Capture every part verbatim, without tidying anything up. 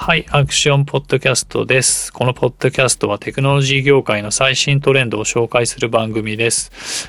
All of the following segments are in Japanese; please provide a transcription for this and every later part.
はい、アクションポッドキャストです。このポッドキャストはテクノロジー業界の最新トレンドを紹介する番組です。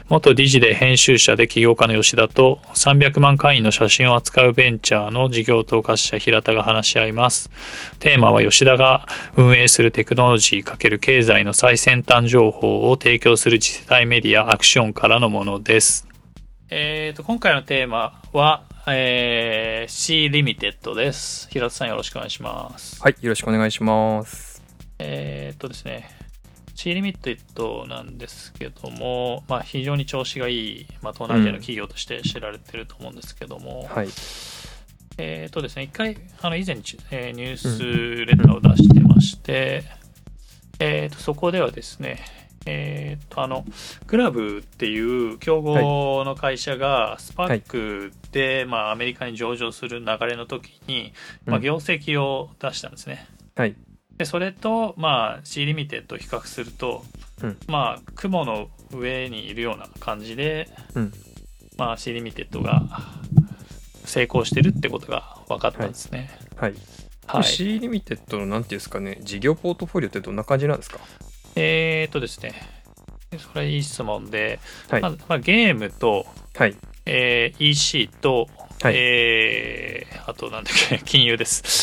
元理事で編集者で起業家の吉田とさんびゃくまん会員の写真を扱うベンチャーの事業統括者平田が話し合います。テーマは吉田が運営するテクノロジー×経済の最先端情報を提供する次世代メディアアクションからのものです。えーと、今回のテーマはえー、C リミテッドです。平田さんよろしくお願いします。 はい、よろしくお願いします。 えーっとですね、C リミテッドなんですけども、まあ非常に調子がいい、まあ東南アジアの企業として知られてると思うんですけども、 うん、はい。 えーっとですね、一回あの以前に、えー、ニュースレターを出してまして、うん、えーっとそこではですね。えー、とあのグラブっていう競合の会社がスパックで、はい、まあ、アメリカに上場する流れの時に、まあ、業績を出したんですね、 はい、 でそれと、まあ、C リミテッドを比較すると、うんまあ、雲の上にいるような感じで、うんまあ、C リミテッドが成功してるってことが分かったんですね。 はい、はいはい、C リミテッドのなんていうんですかね、事業ポートフォリオってどんな感じなんですか？ えーとですね、それいい質問で、はいまあまあ、ゲームと、はいえー、イーシー と、はいえー、あとなんだっけ金融です、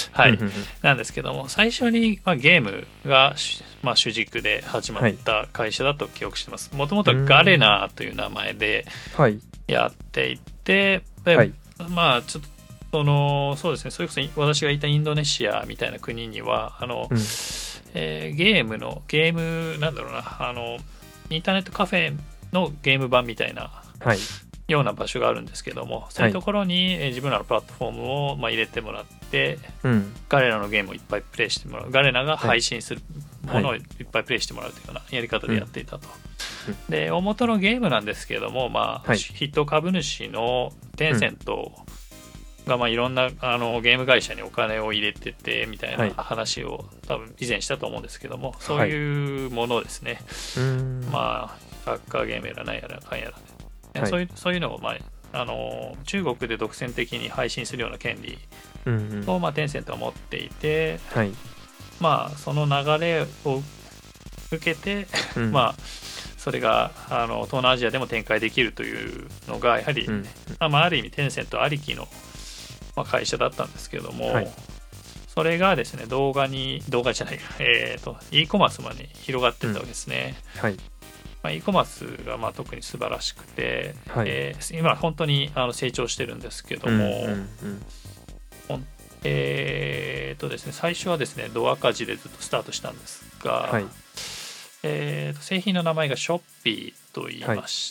はい、なんですけども最初に、まあ、ゲームが、まあ、主軸で始まった会社だと記憶してます。もともとガレナーという名前でやっていて、はい、まあちょっとそのそうですね、それこそ私がいたインドネシアみたいな国にはあの、うんえー、ゲームのゲームなんだろうなあのインターネットカフェのゲーム版みたいな、はい、ような場所があるんですけどもそういうところに、はい、自分らのプラットフォームを、まあ、入れてもらって、うん、ガレナのゲームをいっぱいプレイしてもらうガレナが配信するものをいっぱいプレイしてもらうというようなやり方でやっていたと、うん、で大元のゲームなんですけども、まあはい、筆頭株主のテンセント、うんがまあいろんなあのゲーム会社にお金を入れててみたいな話を、はい、多分以前したと思うんですけどもそういうものですね、はい、まあサッカーゲームやら何やらかんやら、ねはい、そういうそういうのを、まあ、あの中国で独占的に配信するような権利を、うんうんまあ、テンセントは持っていて、はい、まあその流れを受けて、うん、まあそれがあの東南アジアでも展開できるというのがやはり、うんまあ、ある意味テンセントありきのまあ、会社だったんですけども、はい、それがですね動画に動画じゃないえーと e コマースまで広がっていったわけですね、うんはいまあ、e コマースがまあ特に素晴らしくて、はいえー、今本当にあの成長してるんですけども、うんうんうん、えーとですね最初はですねド赤字でずっとスタートしたんですが、はいえーと製品の名前がショッピーと言いまして、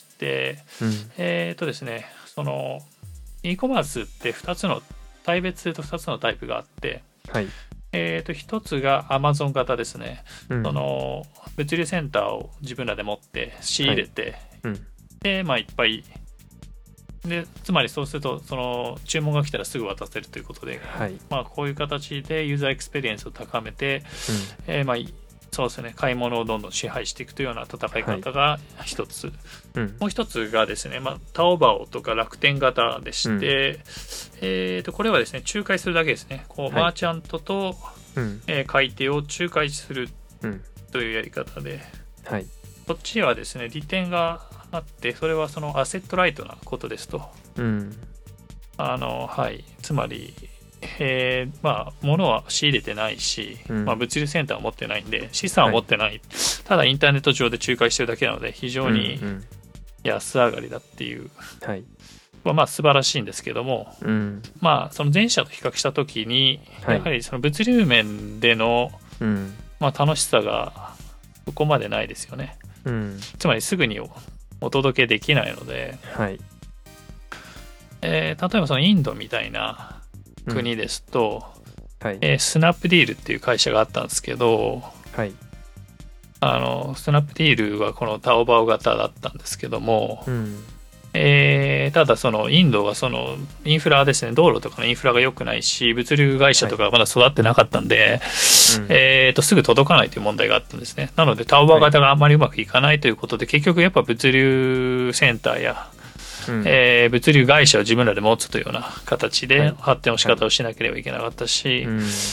はいうん、えーとですねそのe コマースってふたつのタイ別とふたつのタイプがあって、はいえー、とひとつが Amazon 型ですね、うん、その物流センターを自分らで持って仕入れて、はいうん、でまあいっぱいでつまりそうするとその注文が来たらすぐ渡せるということで、はいまあ、こういう形でユーザーエクスペリエンスを高めて、うんえー、まあそうですね、買い物をどんどん支配していくというような戦い方が一つ、はいうん、もう一つがですね、まあ、タオバオとか楽天型でして、うんえー、とこれはですね仲介するだけですねこう、はい、マーチャントと、うんえー、買い手を仲介するというやり方で、はい、こっちはですね利点があってそれはそのアセットライトなことですと、うんあのはい、つまりえー、まあ物は仕入れてないし、うんまあ、物流センターは持ってないんで資産は持ってない、はい、ただインターネット上で仲介してるだけなので非常に安上がりだっていう、うんうんまあ、まあ素晴らしいんですけども、うんまあその前者と比較した時にやはりその物流面での、うんまあ、楽しさがそこまでないですよね、うん、つまりすぐにお届けできないので、はいえー、例えばそのインドみたいな国ですと、うんはいえー、スナップディールっていう会社があったんですけど、はい、あのスナップディールはこのタオバオ型だったんですけども、うんえー、ただそのインドはそのインフラですね道路とかのインフラが良くないし物流会社とかまだ育ってなかったんで、はいえー、とすぐ届かないという問題があったんですね。なのでタオバオ型があんまりうまくいかないということで、はい、結局やっぱ物流センターやうんえー、物流会社を自分らで持つというような形で発展の仕方をしなければいけなかったし、はいうん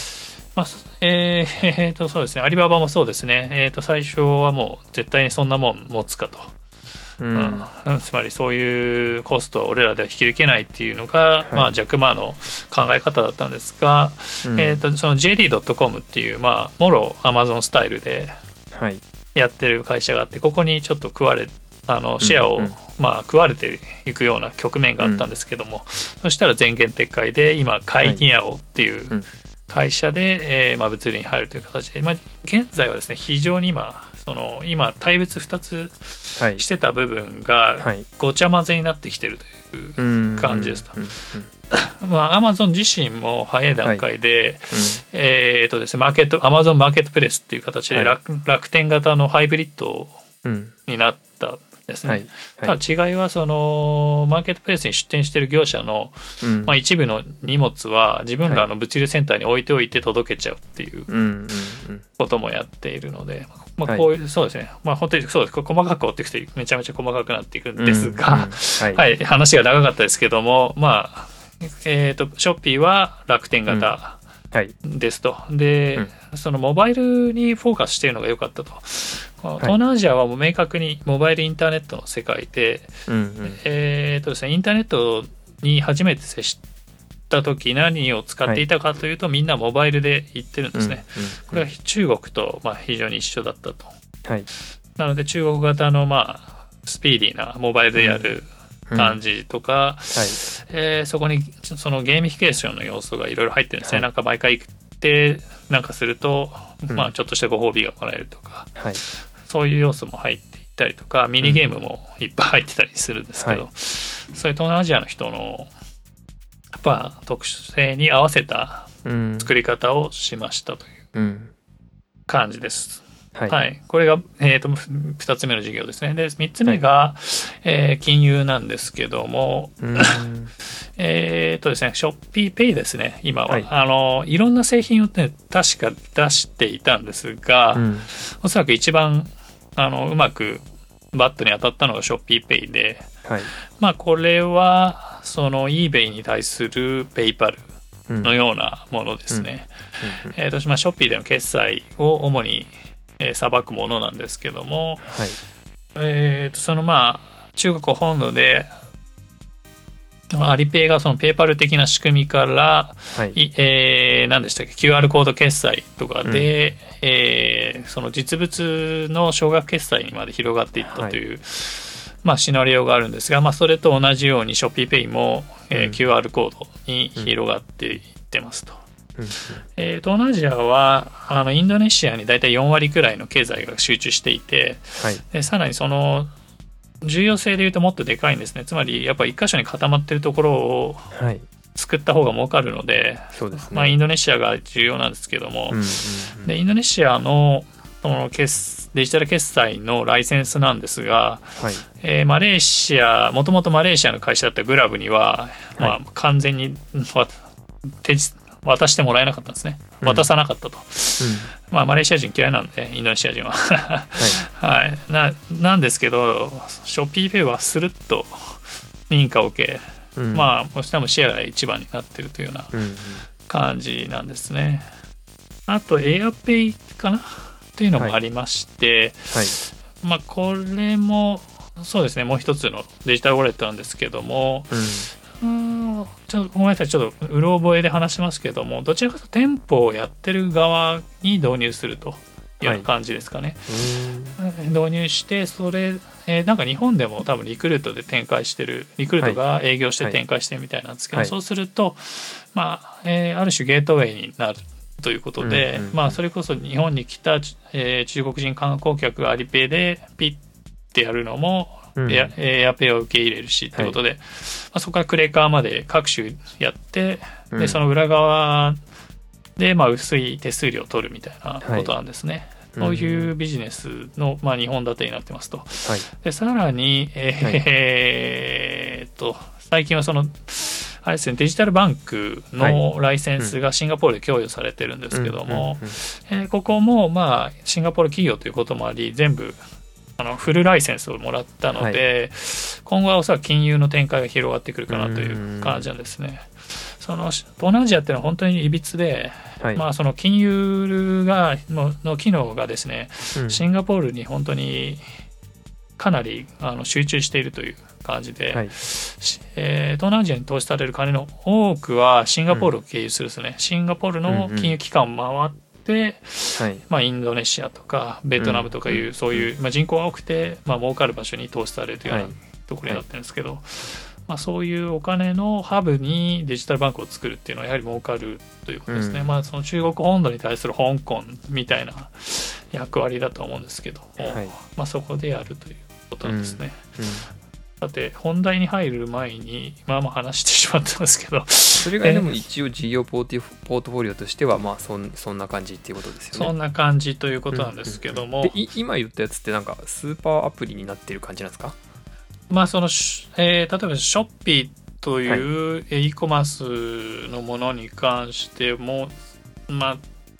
まあえーえー、とそうですね、アリババもそうですね、えー、と最初はもう絶対にそんなもん持つかと、うんうん、つまりそういうコストを俺らでは引き受けないっていうのが、はい、まあ、ジャック・マーの考え方だったんですが、うん、えー、とその ジェーディードットコム っていう、まあ、もろアマゾンスタイルでやってる会社があって、ここにちょっと食われあのシェアを、うんうん、まあ、食われていくような局面があったんですけども、うん、そしたら全言撤回で今カイニアオっていう会社で、はい、えーまあ、物流に入るという形で、まあ、現在はですね非常に今その今対別ふたつしてた部分がごちゃ混ぜになってきてるという感じですと。まあ、アマゾン自身も早い段階で、はい、うん、えーとですね、マーケット、アマゾンマーケットプレスっていう形で 楽,、はい、楽天型のハイブリッドになったですね。はいはい、ただ違いはそのマーケットプレイスに出店している業者の、うん、まあ、一部の荷物は自分らの物流センターに置いておいて届けちゃうっていうこともやっているので、まあ、こういう、はい、そうですね、まあ、本当にそうです、細かく追っていくとめちゃめちゃ細かくなっていくんですが、うんうん、はい、はい、話が長かったですけども、まあえー、とショッピーは楽天型ですと、うん、はい、で、うん、そのモバイルにフォーカスしているのが良かったと。東南アジアはもう明確にモバイルインターネットの世界で、うんうん、えーとですね、インターネットに初めて接した時何を使っていたかというと、はい、みんなモバイルで言ってるんですね、うんうんうん、これは中国とまあ非常に一緒だったと、はい、なので中国型のまあスピーディーなモバイルでやる感じとか、うんうん、はい、えー、そこにそのゲーミフィケーションの要素がいろいろ入ってるんですね、はい、なんか毎回行ってなんかすると、まあ、ちょっとしたご褒美がもらえるとか、はい、そういう要素も入っていったりとか、ミニゲームもいっぱい入ってたりするんですけど、うん、はい、そういう東南アジアの人のやっぱ特殊性に合わせた作り方をしましたという感じです、うん、はいはい、これが、えーと、ふたつめの事業ですね。でみっつめが、はい、えー、金融なんですけども、うんえーとですね、ショッピーペイですね、今は、はい、あのいろんな製品を、ね、確か出していたんですが、うん、おそらく一番あのうまくバットに当たったのがショッピーペイで、はい、まあこれはその eBay に対するペイパルのようなものですね。えーとまあ、ショッピーでの決済を主にさばくものなんですけども、はい、えーとそのまあ中国本土でアリペイがそのペイパル的な仕組みから、はい、えー、何でしたっけ キューアール コード決済とかで、うん、えー、その実物の少額決済にまで広がっていったという、はい、まあ、シナリオがあるんですが、まあ、それと同じようにショッピーペイも、うん、えー、キューアール コードに広がっていってますと、うん、えー、東南アジアはあのインドネシアにだいたいよんわりくらいの経済が集中していて、はい、でさらにその重要性でいうともっとでかいんですね。つまりやっぱり一箇所に固まってるところを作った方が儲かるので、はい、そうですね、まあ、インドネシアが重要なんですけども、うんうんうん、でインドネシアのその決デジタル決済のライセンスなんですが、はい、えー、マレーシアもともとマレーシアの会社だったグラブには、まあ、完全に手渡してもらえなかったんですね。渡さなかったと、うん、まあマレーシア人嫌いなんでインドネシア人ははい、はい、な, なんですけどショッピーペイはスルッと認可を受け、うん、まあもしかもシェアが一番になっているというような感じなんですね、うんうん、あとエアペイかなっていうのもありまして、はいはい、まあこれもそうですね、もう一つのデジタルウォレットなんですけども、うんうーんちょっとごめんなさい、ちょっとうろ覚えで話しますけども、どちらかというと店舗をやってる側に導入するというような感じですかね、はい、導入してそれ、えー、なんか日本でも多分リクルートで展開してるリクルートが営業して展開してるみたいなんですけど、はいはい、そうすると、まあえー、ある種ゲートウェイになるということで、うんうんうん、まあ、それこそ日本に来た、えー、中国人観光客がアリペイでピッてやるのもうん、エア、エアペイを受け入れるしということで、はい、まあ、そこからクレカまで各種やって、うん、でその裏側でまあ薄い手数料を取るみたいなことなんですね、はい、そういうビジネスのまあにほん立てになってますと、はい、でさらに、えーはい、えー、っと最近はそのあれですね、デジタルバンクのライセンスがシンガポールで供与されてるんですけども、えー、ここもまあシンガポール企業ということもあり全部あのフルライセンスをもらったので、はい、今後はおそらく金融の展開が広がってくるかなという感じなんですね。 その東南アジアっていうのは本当にいびつで、はい、まあ、その金融が の, の機能がですね、うん、シンガポールに本当にかなりあの集中しているという感じで、はい、えー、東南アジアに投資される金の多くはシンガポールを経由するですね、うん、シンガポールの金融機関を回って、うんうん、まあ、インドネシアとかベトナムとかいう、うん、そういう、まあ、人口が多くて、まあ儲かる場所に投資されるというようなところになってるんですけど、はいはい、まあ、そういうお金のハブにデジタルバンクを作るっていうのはやはり儲かるということですね、うん、まあ、その中国本土に対する香港みたいな役割だと思うんですけど、はい、まあ、そこでやるということなんですね、うんうん、さて本題に入る前にまあまあ話してしまったんですけど、 それがでも一応事業ポートポートフォリオとしてはまあ そ, んそんな感じっていうことですよね。 そんな感じということなんですけども、 うんうんうん、で今言ったやつってなんかスーパーアプリになってる感じなんですか？ まあそのえー、例えばショッピーという e コマースのものに関しても、まあ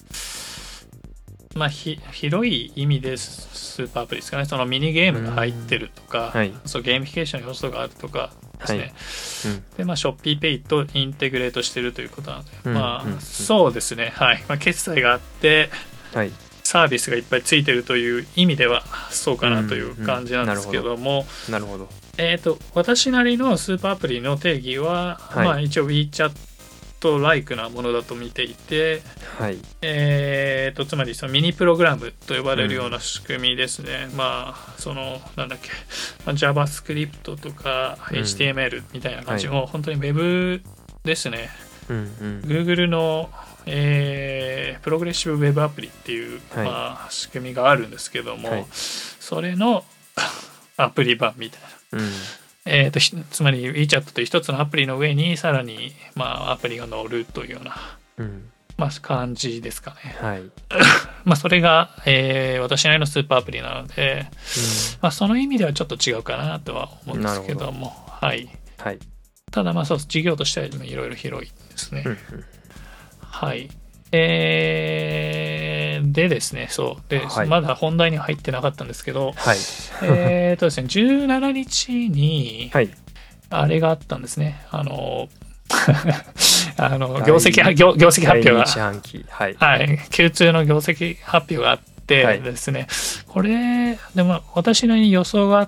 まあ、ひ広い意味でスーパーアプリですかね。そのミニゲームが入ってるとか、はい、そうゲーミフィケーションの要素があるとかですね、はい、うん、でまあ、ショッピーペイとインテグレートしてるということなので、うん、まあ、うん、そうですね、はい、まあ、決済があって、はい、サービスがいっぱいついてるという意味ではそうかなという感じなんですけども、 なるほど。 えーと、私なりのスーパーアプリの定義は、はい、まあ、一応 WeChat ライクなものだと見ていて、はい、えーと、つまりそのミニプログラムと呼ばれるような仕組みですね、うん、まあそのなんだっけ、まあ、JavaScript とか エイチティーエムエル みたいな感じの、うん、本当に Web ですね、うんうん、Google の、えー、プログレッシブウェブアプリっていう、はい、まあ、仕組みがあるんですけども、はい、それのアプリ版みたいな、うん、えー、とつまり WeChat という一つのアプリの上にさらに、まあ、アプリが乗るというような、うん、まあ、感じですかね、はい、まあそれが、えー、私なりのスーパーアプリなので、うん、まあ、その意味ではちょっと違うかなとは思うんですけども、はい、はい、ただまあそう事業としてはいろいろ広いですね、うんうん、はい、えー、でですね、そうで、はい、まだ本題には入ってなかったんですけど、はい、えーとですね、じゅうしちにちにあれがあったんですね、あのあの業績業業績発表が、はい、はい、きゅう通の業績発表があってですね、はい、これでも私なりに予想があって、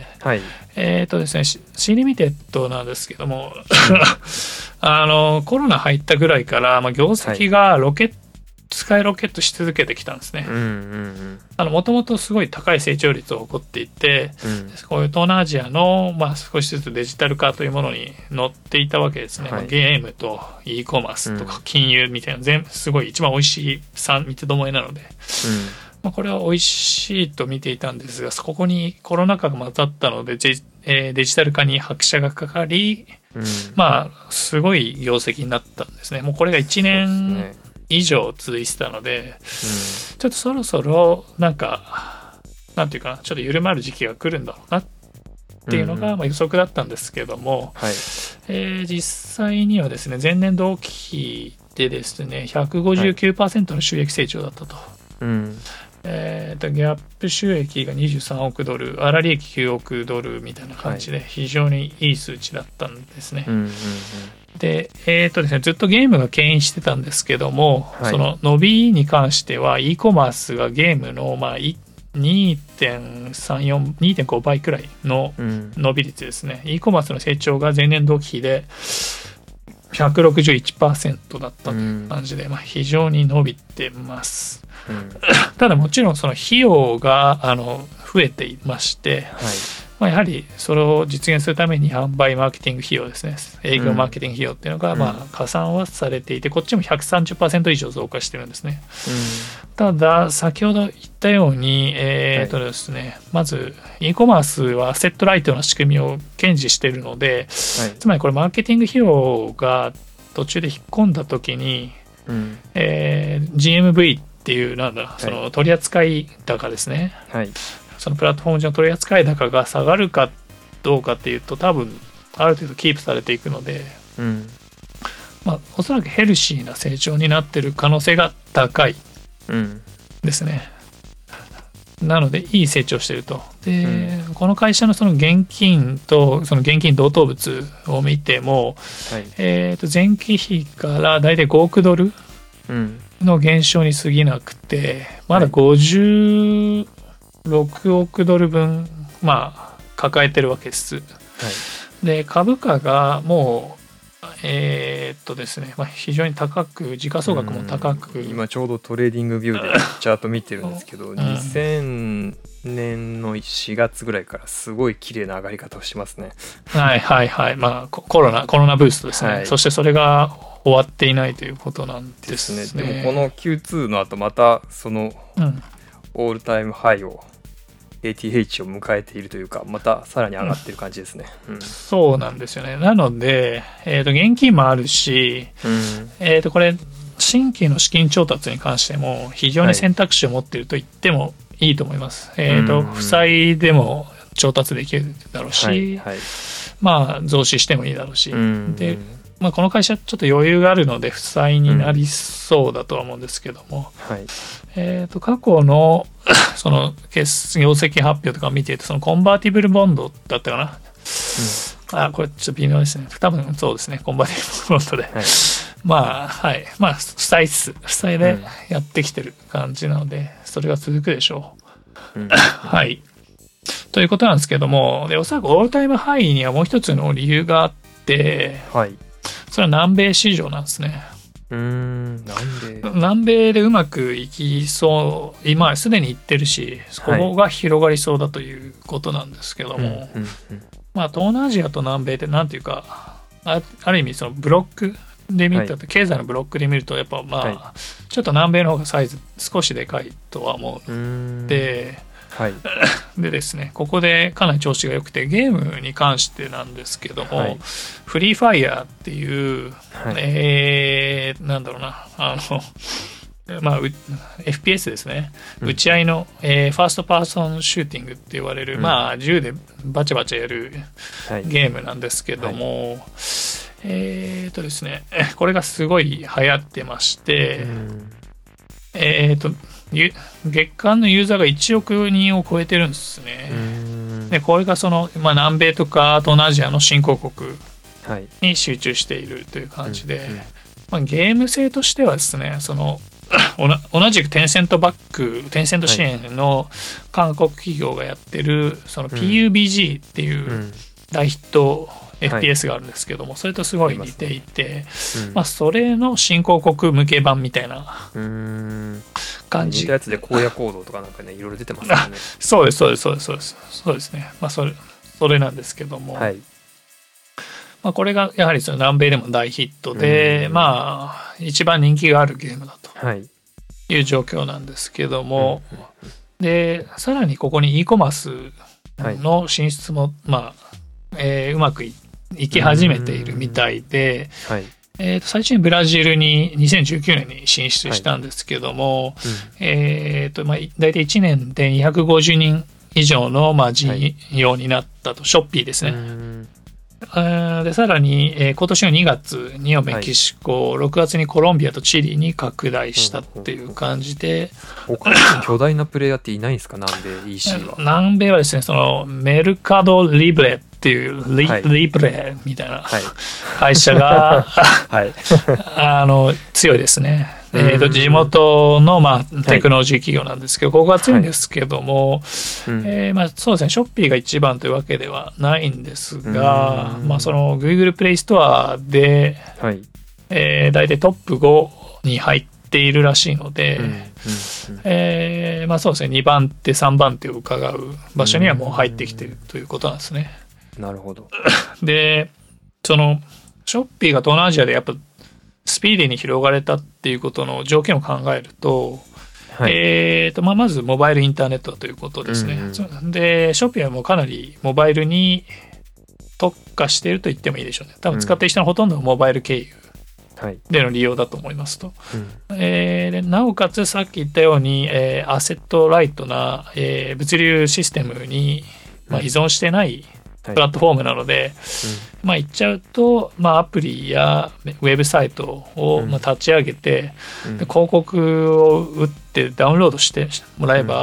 はい、えーとですね、Cリミテッドなんですけどもあのコロナ入ったぐらいから、まあ、業績がロケット、はい、スカイロケットし続けてきたんですね。もともとすごい高い成長率を誇っていて、うん、こういう東南アジアの、まあ、少しずつデジタル化というものに乗っていたわけですね、はい、まあ、ゲームと e コマースとか金融みたいな、全部すごい一番美味しい三三つどもえなので、うん、まあ、これは美味しいと見ていたんですが、ここにコロナ禍が混ざったのでデジ、えー、デジタル化に拍車がかかり、うん、まあすごい業績になったんですね。もうこれがいちねん以上続いてたので、うん、ちょっとそろそろなんかなんていうかな、ちょっと緩まる時期が来るんだろうなっていうのが、まあ予測だったんですけども、はい、えー、実際にはですね、前年同期比でですね ひゃくごじゅうきゅうパーセント の収益成長だったと、はい、うん、えー、とギャップ収益がにじゅうさんおくドル、粗利益きゅうおくドルみたいな感じで非常にいい数値だったんですね、はい、うんうんうん、で、えーとですね、ずっとゲームが牽引してたんですけども、はい、その伸びに関しては e コマースがゲームのまあ にてんさんよん、にてんご 倍くらいの伸び率ですね、うん、e コマースの成長が前年同期比で ひゃくろくじゅういちパーセント だったという感じで、うん、まあ、非常に伸びてます、うん、ただもちろんその費用があの増えていまして、はい、まあ、やはりそれを実現するために販売マーケティング費用ですね、営業マーケティング費用っていうのがまあ加算はされていて、こっちも ひゃくさんじゅっパーセント 以上増加してるんですね、うん、ただ先ほど言ったように、えーとですね、はい、まず e コマースはアセットライトの仕組みを堅持しているので、はい、つまりこれマーケティング費用が途中で引っ込んだ時に、うん、えー、ジーエムブイ っていうなんだ、その取扱高ですね、はい、そのプラットフォーム上の取扱高が下がるかどうかっていうと多分ある程度キープされていくので、うん、まあ、おそらくヘルシーな成長になっている可能性が高いですね、 なのでいい成長してると。で、うん、この会社のその現金とその現金同等物を見ても、はい、えー、と前期比からだいたいごおくドルの減少に過ぎなくて、まだごじゅうろくおくドル分、まあ、抱えてるわけです。はい、で株価がもうえー、っとですね、まあ、非常に高く時価総額も高く、 今ちょうどトレーディングビューでチャート見てるんですけど、うん、にせんねんのしがつぐらいからすごい綺麗な上がり方をしますね。 はいはいはい、まあ、コロナコロナブーストですね、はい、そしてそれが終わっていないということなんですね。 ですね。でもこの キューツー の後またそのオールタイムハイをエーティーエイチ を迎えているというか、またさらに上がっている感じですね。 うんうん、そうなんですよね。なので、えーと、現金もあるし、うん、えーと、これ、新規の資金調達に関しても非常に選択肢を持っていると言ってもいいと思います。はい、えーと、負債でも調達できるだろうし、はいはい、まあ、増資してもいいだろうし、うん、で、まあ、この会社ちょっと余裕があるので負債になりそうだとは思うんですけども、うん、はい、えーと過去のその決業績発表とかを見ていて、そのコンバーティブルボンドだったかな、うん、あこれちょっと微妙ですね、多分そうですね、コンバーティブルボンドで、はい、まあはいまあ負債っす負債でやってきてる感じなので、それが続くでしょう、うん、はいということなんですけども、でおそらくオールタイムハイにはもう一つの理由があって、はい、それは南米市場なんですね。 うーん南米南米でうまくいきそう、今すでにいってるし、ここが広がりそうだということなんですけども、はい、うんうんうん、まあ東南アジアと南米ってなんていうか、あ, ある意味そのブロックで見たと、はい、経済のブロックで見るとやっぱまあ、はい、ちょっと南米の方がサイズ少しでかいとは思うで、はい、でですね、ここでかなり調子が良くて、ゲームに関してなんですけども、はい、フリーファイヤーっていう、はい、えー、なんだろうな、あの、まあ、エフピーエス ですね、うん、打ち合いの、えー、ファーストパーソンシューティングって言われる、うん、まあ、銃でバチャバチャやるゲームなんですけども、はい、えーとですね、これがすごい流行ってまして、うん、えーと、月間のユーザーがいちおくにんを超えてるんですね。でこれがその、まあ、南米とか東南アジアの新興国に集中しているという感じで、はい、うんうん、まあ、ゲーム性としてはですね、その同じくテンセントバックテンセント支援の韓国企業がやってるその ピーユービージー っていう大ヒットエフピーエス があるんですけども、はい、それとすごい似ていて、ま、うん、まあ、それの新興国向け版みたいな感じ。 似たやつで荒野行動とかなんかね、いろいろ出てますよね。 そうですそうですそうですそうですそうですね。まあそれそれなんですけども、はい、まあ、これがやはりその南米でも大ヒットで、まあ一番人気があるゲームだという状況なんですけども、はい、でさらにここに e コマースの進出も、まあえー、うまく い, いき始めているみたいで、はい、えー、と最初にブラジルににせんじゅうきゅうねんに進出したんですけども、はい、うん、えーとまあ、大体いちねんでにひゃくごじゅうにん以上の、まあ、陣容になったと、はい、ショッピーですね。でさらに、えー、今年のにがつにはメキシコ、はい、ろくがつにコロンビアとチリに拡大したっていう感じで、 他に巨大なプレイヤーっていないんですか、南米 イーシー は。 南米はですね、そのメルカドリブレっていうリ、はい、リブレみたいな会社が、はい、あの強いですね。えー、と地元の、まあ、テクノロジー企業なんですけど、はい、ここが強いんですけども、はい、えーまあ、そうですね、ショッピーが一番というわけではないんですが、まあ、その Google プレイストアで、はい、えー、大体トップごに入っているらしいので、うんうんうん、えーまあ、そうですね、にばん手さんばん手を伺う場所にはもう入ってきているということなんですね。 なるほど。 でそのショッピーが東南アジアでやっぱスピーディーに広がれたっていうことの条件を考えると、はい、えーとまあ、まずモバイルインターネットということですね、うんうん、でショッピーはもうかなりモバイルに特化していると言ってもいいでしょうね。多分使っている人のほとんどがモバイル経由での利用だと思いますと、はい、えー、でなおかつさっき言ったように、えー、アセットライトな、えー、物流システムに、まあ、依存してない、うん、プラットフォームなので、はい、うん、まあ、言っちゃうと、まあ、アプリやウェブサイトをまあ立ち上げて、うん、で広告を打ってダウンロードしてもらえば、うん、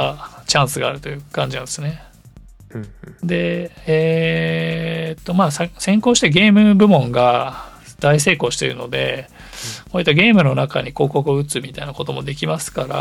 チャンスがあるという感じなんですね。 うんうん、 で、えー、っとまあ先行してゲーム部門が大成功しているので、うん、こういったゲームの中に広告を打つみたいなこともできますから、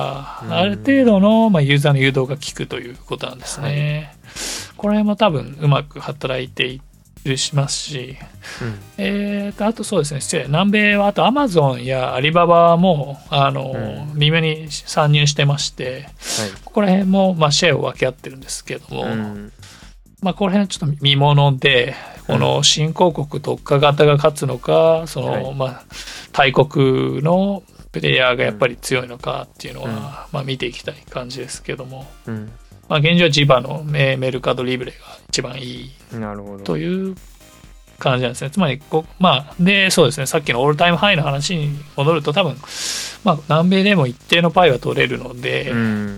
うん、ある程度の、まあ、ユーザーの誘導が効くということなんですね。はい、この辺も多分うまく働いているしますし、うん、えー、とあとそうですね、失礼、南米はあとアマゾンやアリババもあの、うん、微妙に参入してまして、はい、ここら辺も、まあ、シェアを分け合ってるんですけども、うん、まあ、この辺はちょっと見もので、この新興国特化型が勝つのか、その、はい、まあ、大国のプレイヤーがやっぱり強いのかっていうのは、うん、まあ、見ていきたい感じですけども、うん、まあ、現状はジバのメルカドリブレが一番いいという感じなんですね。つまりこ、まあ、でそうですね、さっきのオールタイムハイの話に戻ると、多分、まあ、南米でも一定のパイは取れるので、うん、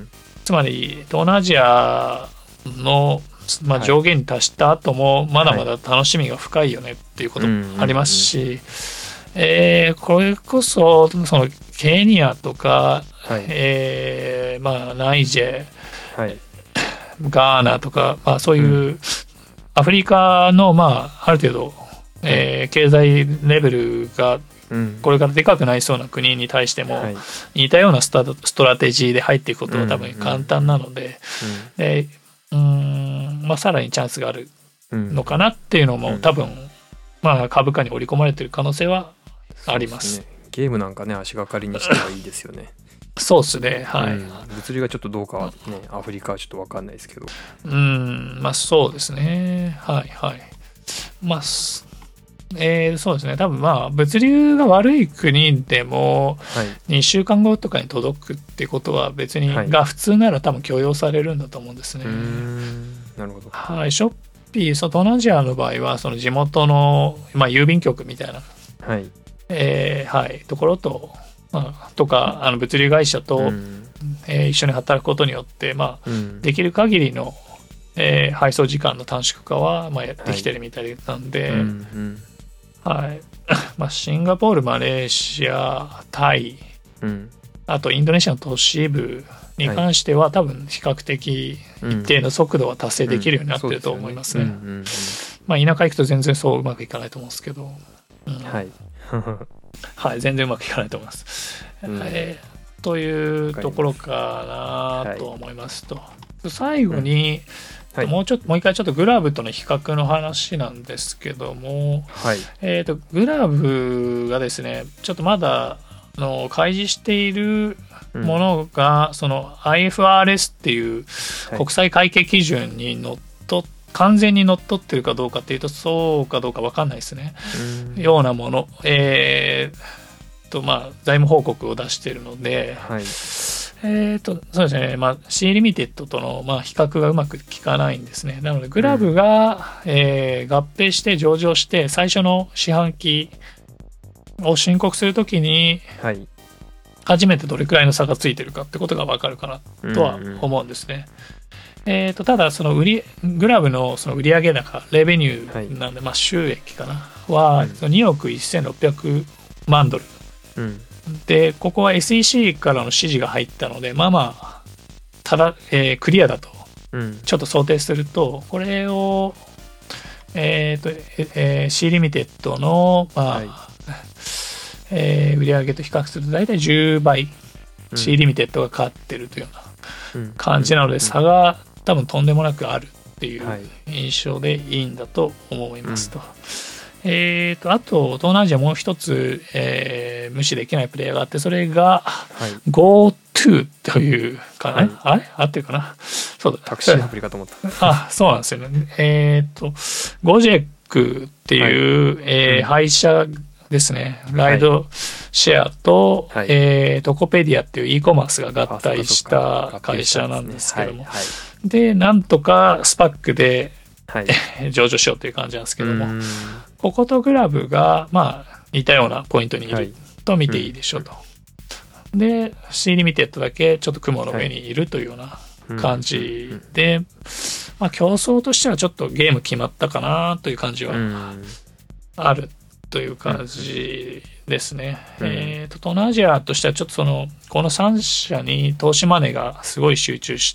つまり東南アジアのまあ、上限に達した後もまだまだ楽しみが深いよねっていうこともありますし、えー、これこそそのケニアとか、はい、えーまあ、ナイジェ、はい、ガーナとか、まあ、そういうアフリカの、まあ、ある程度、えー、経済レベルがこれからでかくなりそうな国に対しても似たようなスタ、ストラテジーで入っていくことは多分簡単なので、うんうんうん、うーんまあ、さらにチャンスがあるのかなっていうのも、うん、多分、まあ、株価に織り込まれている可能性はあります。 そうですね、ゲームなんかね足がかりにしてはいいですよね。 そうですね、はい、うん、 物理がちょっとどうかはね、アフリカはちょっと分かんないですけど、 うんまあそうですね、はいはい、まあえー、そうですね、多分まあ物流が悪い国でもにしゅうかんごとかに届くってことは別に、はい、が普通なら多分許容されるんだと思うんですね。 うーんなるほど、 はい、ショッピー、東南アジアの場合はその地元の、まあ、郵便局みたいな、はいえーはい、ところと、まあ、とかあの物流会社と、うんえー、一緒に働くことによって、まあうん、できる限りの、えー、配送時間の短縮化は、まあ、やってきてるみたいなんで、はいうんうんはいまあ、シンガポール、マレーシア、タイ、うん、あとインドネシアの都市部に関しては、はい、多分比較的一定の速度は達成できるようになってると思いますね。まあ田舎行くと全然そううまくいかないと思うんですけど、うん、はい、はい、全然うまくいかないと思います。うんえー、というところかなと思いますと、はい、最後に、うんはい、もうちょっともう一回ちょっとグラブとの比較の話なんですけども、はいえー、とグラブがですねちょっとまだの開示しているものが、うん、その アイエフアールエス っていう国際会計基準にのっとっ完全にのっとってるかどうかっていうとそうかどうか分かんないですね、うん、ようなもの、えーとまあ、財務報告を出しているので、はいえーとそうですねまあ、C リミテッドとの、まあ、比較がうまく効かないんですね。なのでグラブが、うんえー、合併して上場して最初の四半期を申告するときに、はい、初めてどれくらいの差がついてるかってことが分かるかなとは思うんですね。うんうんえー、とただその売りグラブ の, その売上高レベニューなんで、はいまあ、収益かなは、はい、におくせんろっぴゃくまんドル、うんでここは エスイーシー からの指示が入ったのでまあまあただ、えー、クリアだとちょっと想定すると、うん、これを、えーとえー、C リミテッドの、まあはいえー、売上と比較すると大体じゅうばい、うん、C リミテッドが勝ってるというような感じなので、うん、差が多分とんでもなくあるっていう印象でいいんだと思いますと。うんえー、とあと東南アジアもう一つ、えー、無視できないプレイヤーがあってそれが、はい、GoTo というかな、はい、あれ合ってるかなそうだタクシーアプリかと思ったあそうなんですよねえっ、ー、とゴジェックっていう、はいえー、配車ですねライドシェアと、はいえー、トコペディアっていう e コマースが合体した会社なんですけども、はいはい、でなんとかスパックではい、上場しようという感じなんですけどもこことグラブがまあ似たようなポイントにいると見ていいでしょうと、はいうん、で C リミテッドだけちょっと雲の上にいるというような感じで、はいまあ、競争としてはちょっとゲーム決まったかなという感じはあるという感じですね、うんえー、と東南アジアとしてはちょっとそのこのさん社に投資マネーがすごい集中した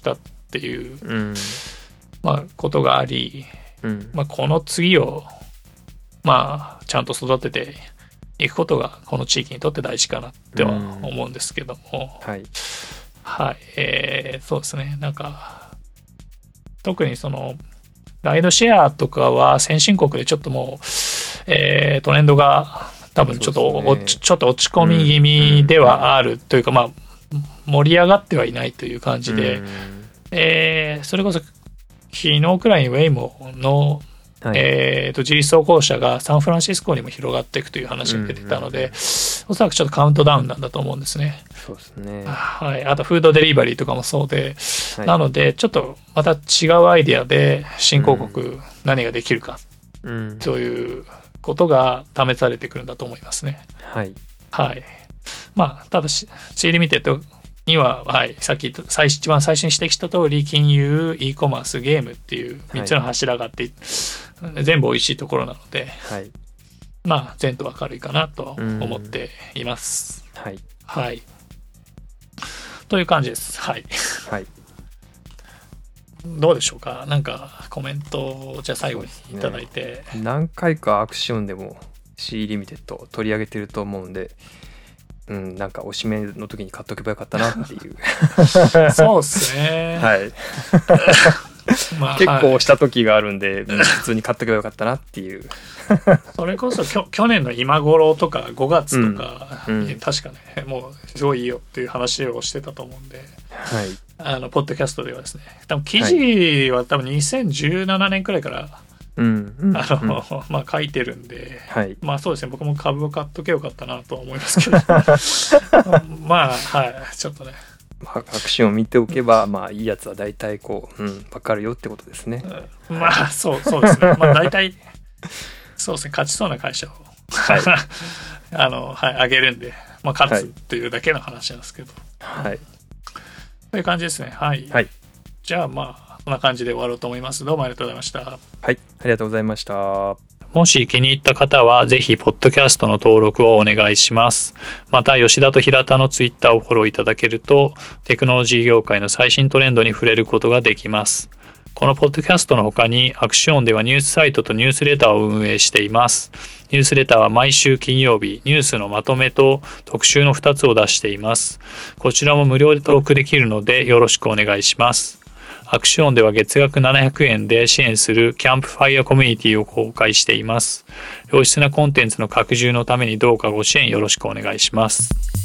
っていう、 うん、 まあ、ことがあり、 うんまあ、この次を、まあ、ちゃんと育てていくことがこの地域にとって大事かなっては思うんですけども、 はい、 はい、えー、そうですね。なんか特にそのライドシェアとかは先進国でちょっともう、えー、トレンドが多分ちょっと、ね、ちょっと落ち込み気味ではあるというか、まあ盛り上がってはいないという感じで、えー、それこそ昨日くらいにウェイモの、はい、えー、と自立走行車がサンフランシスコにも広がっていくという話が出てたので、うんうん、おそらくちょっとカウントダウンなんだと思うんですね。 そうですね、 はい、あとフードデリバリーとかもそうで、はい、なのでちょっとまた違うアイデアで新興国何ができるかということが試されてくるんだと思いますね。 はい、 はい、まあただ C リミテッドには、はい、さっき最一番最初に指摘した通り金融 e コマースゲームっていうみっつの柱があって、はい、全部美味しいところなので、 はい、 まあ前途明るいかなと思っています。 はい、 はい、という感じです。はい、 はい、 どうでしょうか。なんかコメントをじゃあ最後にいただいて、 ね、何回かアクションでも C リミテッド取り上げてると思うんで、うん、なんかおしめの時に買っとけばよかったなっていうそうですね、 はいまあ、結構押した時があるんで、はい、普通に買っとけばよかったなっていうそれこそきょ去年の今頃とかごがつとか、うんうん、確かねもうすごいいいよっていう話をしてたと思うんで、 はい、 あのポッドキャストではですね、多分記事は多分にせんじゅうななねんくらいからうんうん、 あの、うん、まあ書いてるんで、 はい、 まあそうですね、僕も株を買っとけよかったなと思いますけどまあはいちょっとねアクションを見ておけばまあいいやつは大体こう、うん、分かるよってことですね、 うん、まあそうそうですねまあ大体そうですね勝ちそうな会社を、はいあのはい、上げるんで、まあ、勝つっていうだけの話なんですけど、 はい、 という感じですね。はい、 はい、 じゃあまあこんな感じで終わろうと思います。どうもありがとうございました。 はい、ありがとうございました。 もし気に入った方はぜひポッドキャストの登録をお願いします。また吉田と平田のツイッターをフォローいただけるとテクノロジー業界の最新トレンドに触れることができます。このポッドキャストの他にアクションではニュースサイトとニュースレターを運営しています。ニュースレターは毎週金曜日ニュースのまとめと特集のふたつを出しています。こちらも無料で登録できるのでよろしくお願いします。アクションでは月額ななひゃくえんで支援するキャンプファイヤーコミュニティを公開しています。良質なコンテンツの拡充のためにどうかご支援よろしくお願いします。